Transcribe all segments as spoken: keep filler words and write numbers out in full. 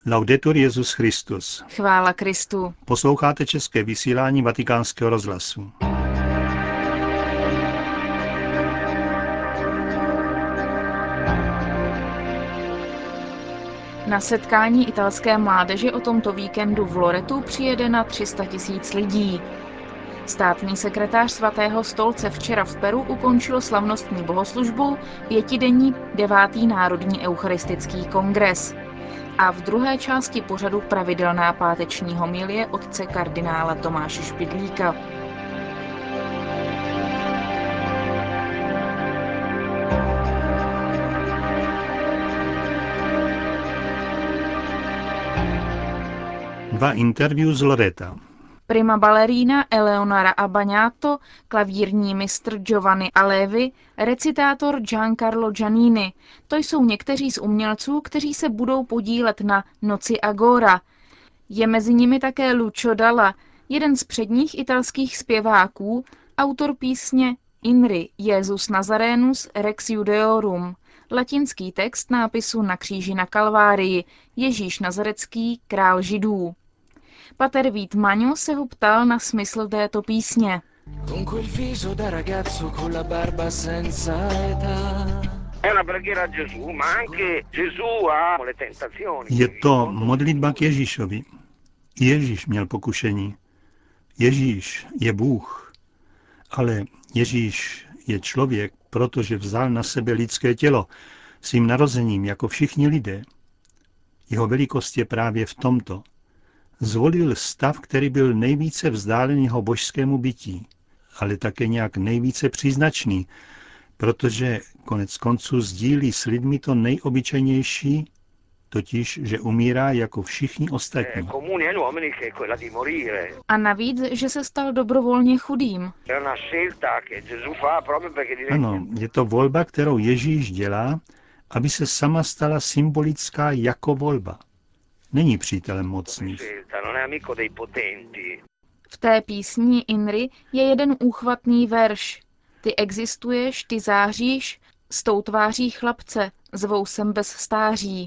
Laudetur Jesus Christus. Chvála Kristu. Posloucháte české vysílání Vatikánského rozhlasu. Na setkání italské mládeže o tomto víkendu v Loretu přijede na tři sta tisíc lidí. Státní sekretář Svatého stolce včera v Peru ukončil slavnostní bohoslužbou pětidenní devátý národní eucharistický kongres. A v druhé části pořadu pravidelná páteční homilie otce kardinála Tomáše Špidlíka. Dva interview z Loreta. Prima ballerína Eleonora Abagnato, klavírní mistr Giovanni Alevi, recitátor Giancarlo Giannini. To jsou někteří z umělců, kteří se budou podílet na Noci Agora. Je mezi nimi také Lucio Dalla, jeden z předních italských zpěváků, autor písně Inri Jesus Nazarenus Rex Judeorum, latinský text nápisu Na kříži na Kalvárii, Ježíš Nazarecký, král Židů. Pater Vít Maňo se ho ptal na smysl této písně. Je to modlitba k Ježíšovi. Ježíš měl pokušení. Ježíš je Bůh. Ale Ježíš je člověk, protože vzal na sebe lidské tělo svým narozením jako všichni lidé. Jeho velikost je právě v tomto. Zvolil stav, který byl nejvíce vzdálen jeho božskému bytí, ale také nějak nejvíce příznačný, protože konec konců sdílí s lidmi to nejobyčejnější, totiž, že umírá jako všichni ostatní. A navíc, že se stal dobrovolně chudým. Ano, je to volba, kterou Ježíš dělá, aby se sama stala symbolická jako volba. Není přítelem mocných. V té písni Inri je jeden úchvatný verš. Ty existuješ, ty záříš, s tou tváří chlapce, zvou sem bez stáří.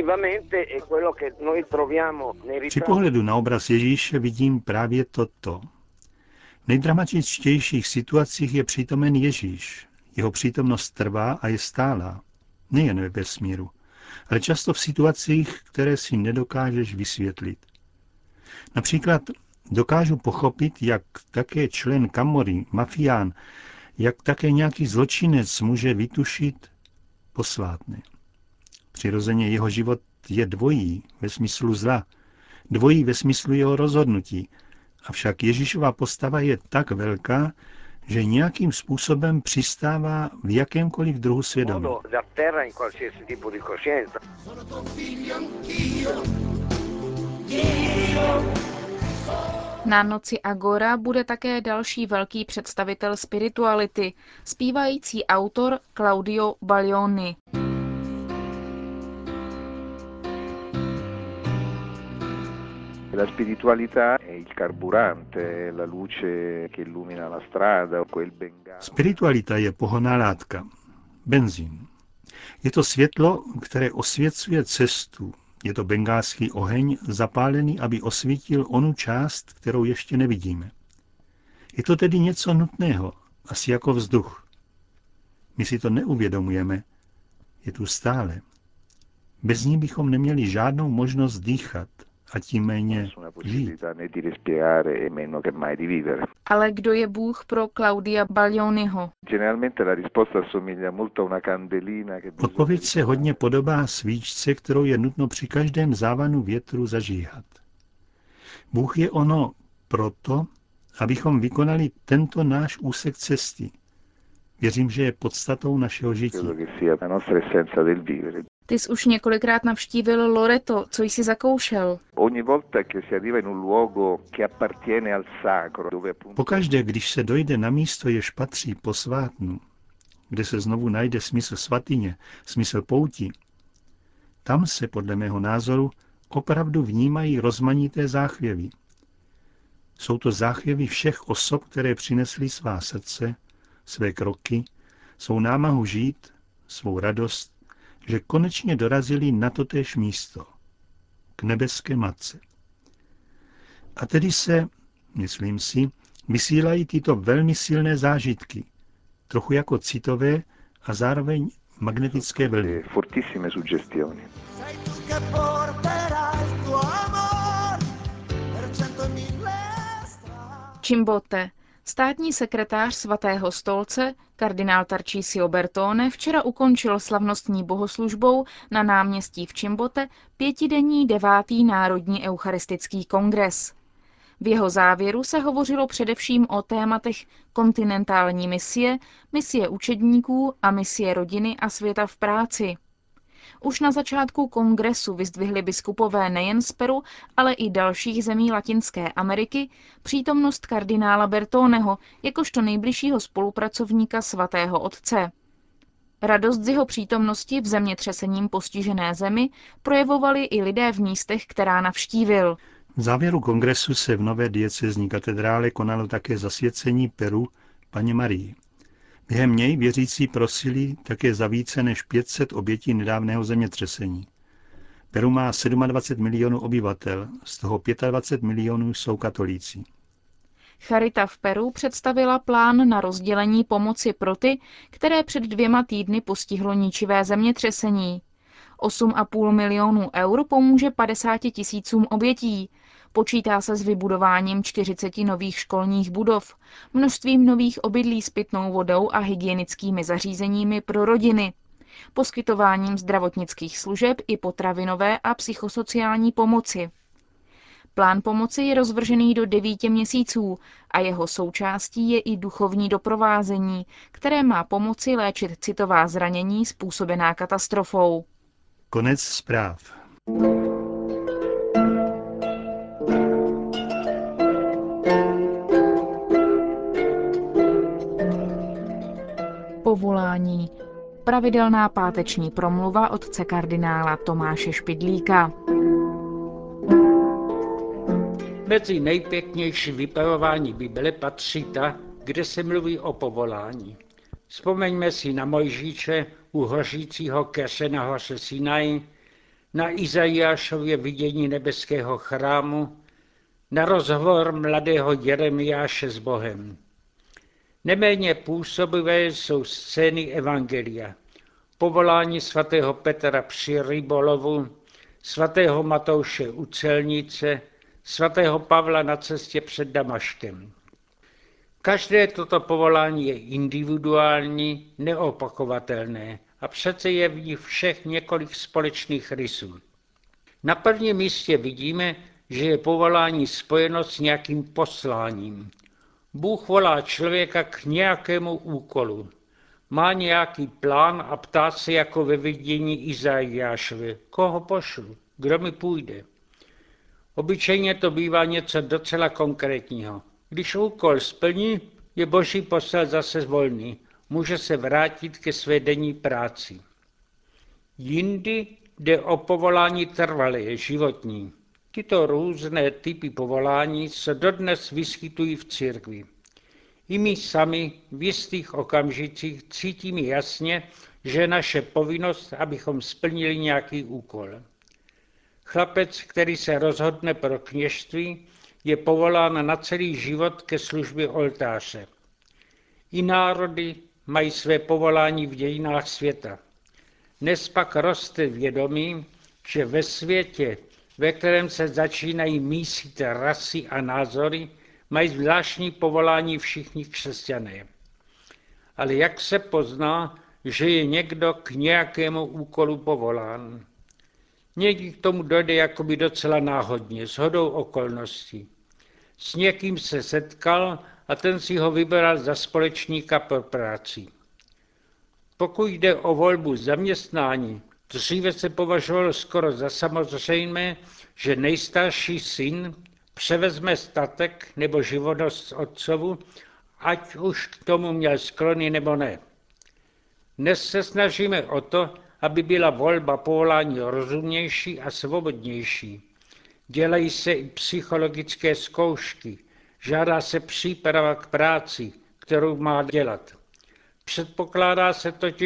Při pohledu na obraz Ježíše vidím právě toto. V nejdramatičtějších situacích je přítomen Ježíš. Jeho přítomnost trvá a je stálá. Nejen ve vesmíru, ale často v situacích, které si nedokážeš vysvětlit. Například dokážu pochopit, jak také člen Camorry, mafián, jak také nějaký zločinec může vytušit posvátné. Přirozeně jeho život je dvojí ve smyslu zla, dvojí ve smyslu jeho rozhodnutí, avšak Ježíšova postava je tak velká, že nějakým způsobem přistává v jakémkoliv druhu svědomí. Na Noci Agora bude také další velký představitel spirituality, zpívající autor Claudio Baglioni. La spiritualità è il carburante, la luce che illumina la strada, quel bengalo. Spiritualita je pohonná látka, benzín. Je to světlo, které osvěcuje cestu. Je to bengálský oheň, zapálený, aby osvítil onu část, kterou ještě nevidíme. Je to tedy něco nutného, asi jako vzduch. My si to neuvědomujeme. Je tu stále. Bez ní bychom neměli žádnou možnost dýchat a tím méně žít. Ale kdo je Bůh pro Claudia Baglioniho? Odpověď se hodně podobá svíčce, kterou je nutno při každém závanu větru zažíhat. Bůh je ono proto, abychom vykonali tento náš úsek cesty. Věřím, že je podstatou našeho žití. Ty jsi už několikrát navštívil Loreto, co jsi zakoušel? Pokaždé, když se dojde na místo, jež patří posvátnu, kde se znovu najde smysl svatyně, smysl pouti, tam se, podle mého názoru, opravdu vnímají rozmanité záchvěvy. Jsou to záchvěvy všech osob, které přinesly svá srdce, své kroky, svou námahu žít, svou radost, že konečně dorazili na totéž místo. k nebeské matce. A tedy se, myslím si, vysílají tyto velmi silné zážitky, trochu jako citové a zároveň magnetické vlny. Fortissime suggestioni. Chimbote, státní sekretář svatého stolce, kardinál Tarcísio Bertone, včera ukončil slavnostní bohoslužbou na náměstí v Chimbote pětidenní devátý národní eucharistický kongres. V jeho závěru se hovořilo především o tématech kontinentální misie, misie učedníků a misie rodiny a světa v práci. Už na začátku kongresu vyzdvihli biskupové nejen z Peru, ale i dalších zemí Latinské Ameriky přítomnost kardinála Bertoneho jakožto nejbližšího spolupracovníka svatého otce. Radost z jeho přítomnosti v zemětřesením postižené zemi projevovali i lidé v místech, která navštívil. V závěru kongresu se v nové diecézní katedrále konalo také zasvěcení Peru Panně Marii. Během něj věřící prosili také za více než pět set obětí nedávného zemětřesení. Peru má dvacet sedm milionů obyvatel, z toho dvacet pět milionů jsou katolíci. Charita v Peru představila plán na rozdělení pomoci pro ty, které před dvěma týdny postihlo ničivé zemětřesení. osm a půl milionů eur pomůže padesáti tisícům obětí. Počítá se s vybudováním čtyřiceti nových školních budov, množstvím nových obydlí s pitnou vodou a hygienickými zařízeními pro rodiny, poskytováním zdravotnických služeb i potravinové a psychosociální pomoci. Plán pomoci je rozvržený do devíti měsíců a jeho součástí je i duchovní doprovázení, které má pomoci léčit citová zranění způsobená katastrofou. Konec zpráv. Povolání. Pravidelná páteční promluva otce kardinála Tomáše Špidlíka. Mezi nejpěknější vypravování Bible patří ta, kde se mluví o povolání. Vzpomeňme si na Mojžíše u hořícího keře na hoře Sinaj, na Izajášově vidění nebeského chrámu, na rozhovor mladého Jeremiáše s Bohem. Neméně působivé jsou scény evangelia. Povolání svatého Petra při rybolovu, svatého Matouše u celnice, svatého Pavla na cestě před Damaškem. Každé toto povolání je individuální, neopakovatelné a přece je v nich všech několik společných rysů. Na prvním místě vidíme, že je povolání spojeno s nějakým posláním. Bůh volá člověka k nějakému úkolu. Má nějaký plán a ptá se jako ve vidění Izajášově, koho pošlu, kdo mi půjde. Obyčejně to bývá něco docela konkrétního. Když úkol splní, je Boží posel zase volný, může se vrátit ke své denní práci. Jindy jde o povolání trvalé, životní. Tyto různé typy povolání se dodnes vyskytují v církvi. I my sami v jistých okamžicích cítíme jasně, že je naše povinnost, abychom splnili nějaký úkol. Chlapec, který se rozhodne pro kněžství, je povolán na celý život ke službě oltáře. I národy mají své povolání v dějinách světa. Dnes pak roste vědomí, že ve světě, ve kterém se začínají mísit rasy a názory, mají zvláštní povolání všichni křesťané. Ale jak se pozná, že je někdo k nějakému úkolu povolán? Někdy k tomu dojde jakoby docela náhodně, shodou okolností. S někým se setkal a ten si ho vybral za společníka pro práci. Pokud jde o volbu zaměstnání, dříve se považovalo skoro za samozřejmé, že nejstarší syn převezme statek nebo životnost otcovu, ať už k tomu měl sklony nebo ne. Dnes se snažíme o to, aby byla volba povolání rozumnější a svobodnější. Dělají se i psychologické zkoušky, žádá se příprava k práci, kterou má dělat. Předpokládá se totiž,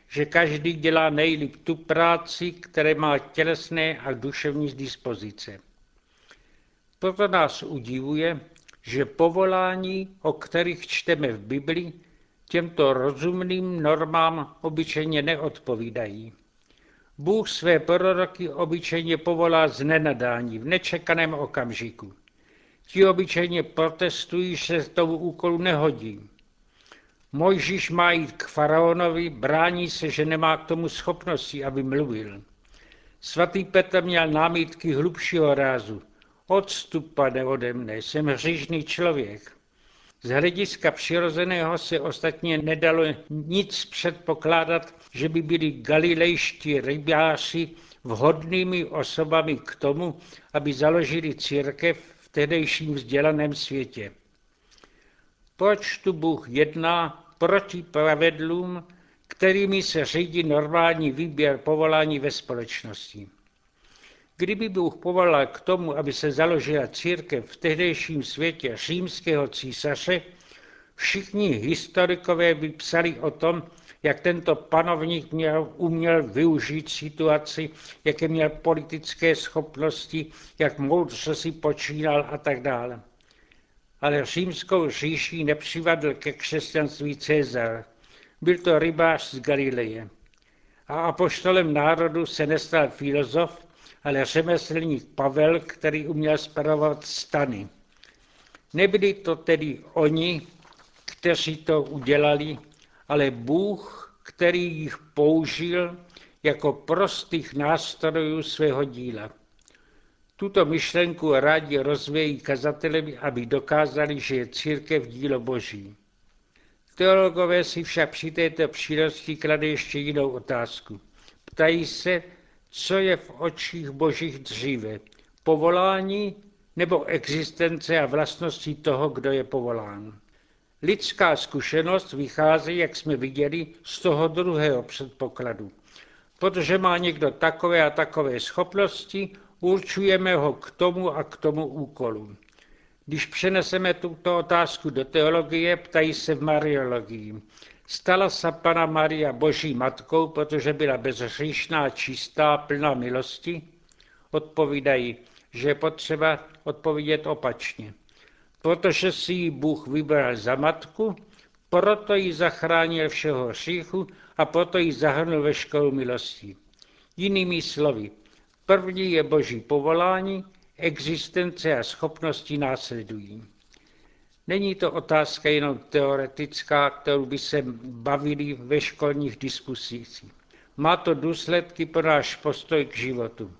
že každý dělá nejlíp tu práci, které má tělesné a duševní dispozice. Proto nás udivuje, že povolání, o kterých čteme v Bibli, těmto rozumným normám obyčejně neodpovídají. Bůh své proroky obyčejně povolá z nenadání, v nečekaném okamžiku. Ti obyčejně protestují, že tomu úkolu nehodí. Mojžíš má jít k faraonovi, brání se, že nemá k tomu schopnosti, aby mluvil. Svatý Petr měl námitky hlubšího rázu. Odstup, Pane, ode mne, jsem hříšný člověk. Z hlediska přirozeného se ostatně nedalo nic předpokládat, že by byli galilejští rybáři vhodnými osobami k tomu, aby založili církev v tehdejším vzdělaném světě. Proč tu Bůh jedná proti pravidlům, kterými se řídí normální výběr povolání ve společnosti? Kdyby Bůh povolal k tomu, aby se založila církev v tehdejším světě římského císaře, všichni historikové by psali o tom, jak tento panovník měl, uměl využít situaci, jaké měl politické schopnosti, jak moudře si počínal a tak dále. Ale římskou říší nepřivadl ke křesťanství Cezar. Byl to rybář z Galileje. A apoštolem národu se nestal filozof, ale řemeslník Pavel, který uměl spravovat stany. Nebyli to tedy oni, kteří to udělali, ale Bůh, který jich použil jako prostých nástrojů svého díla. Tuto myšlenku rádi rozvějí kazateli, aby dokázali, že je církev dílo Boží. Teologové si však při této příležitosti klade ještě jinou otázku. Ptají se, co je v očích Božích dříve, povolání nebo existence a vlastnosti toho, kdo je povolán. Lidská zkušenost vychází, jak jsme viděli, z toho druhého předpokladu. Protože má někdo takové a takové schopnosti, určujeme ho k tomu a k tomu úkolu. Když přeneseme tuto otázku do teologie, ptají se v mariologii. Stala se Panna Maria Boží matkou, protože byla bezhříšná, čistá, plná milosti? Odpovídají, že je potřeba odpovědět opačně. Protože si ji Bůh vybral za matku, proto ji zachránil všeho hříchu a proto ji zahrnul veškerou milostí. Jinými slovy, první je Boží povolání, existence a schopnosti následují. Není to otázka jenom teoretická, kterou by se bavili ve školních diskusích. Má to důsledky pro náš postoj k životu.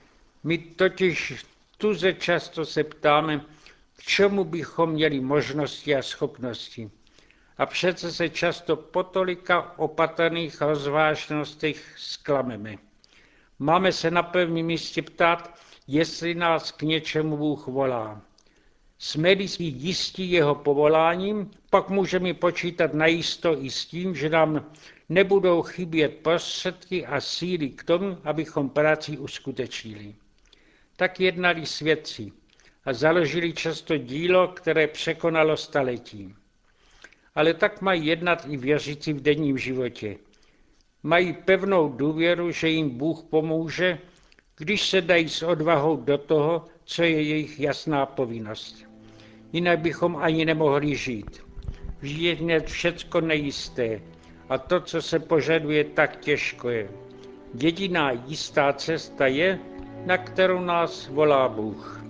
My totiž tuze často se ptáme, k čemu bychom měli možnosti a schopnosti. A přece se často po tolika opatrných rozvážnostech zklameme. Máme se na prvním místě ptát, jestli nás k něčemu Bůh volá. Jsme-li si jistí jeho povoláním, pak můžeme počítat najisto i s tím, že nám nebudou chybět prostředky a síly k tomu, abychom práci uskutečnili. Tak jednali svědci a založili často dílo, které překonalo staletí. Ale tak mají jednat i věřící v denním životě. Mají pevnou důvěru, že jim Bůh pomůže, když se dají s odvahou do toho, co je jejich jasná povinnost. Jinak bychom ani nemohli žít. V životě je všecko nejisté a to, co se požaduje, tak těžko je. Jediná jistá cesta je, na kterou nás volá Bůh.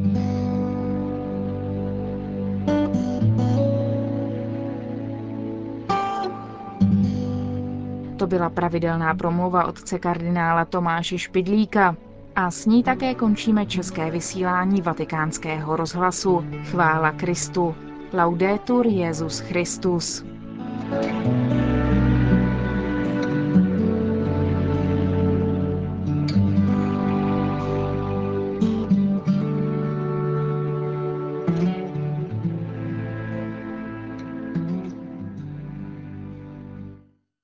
To byla pravidelná promluva otce kardinála Tomáše Špidlíka. A s ní také končíme české vysílání Vatikánského rozhlasu. Chvála Kristu. Laudetur Jesus Christus.